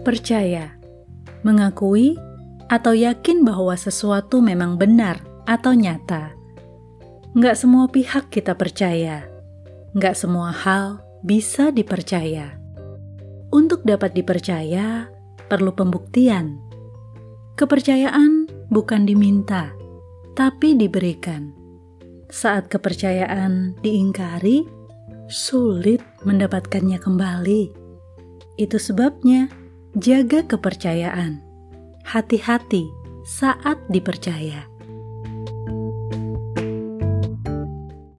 Percaya, mengakui atau yakin bahwa sesuatu memang benar atau nyata. Nggak semua pihak kita percaya, nggak semua hal bisa dipercaya. Untuk dapat dipercaya, perlu pembuktian. Kepercayaan bukan diminta, tapi diberikan. Saat kepercayaan diingkari, sulit mendapatkannya kembali. Itu sebabnya, jaga kepercayaan. Hati-hati saat dipercaya.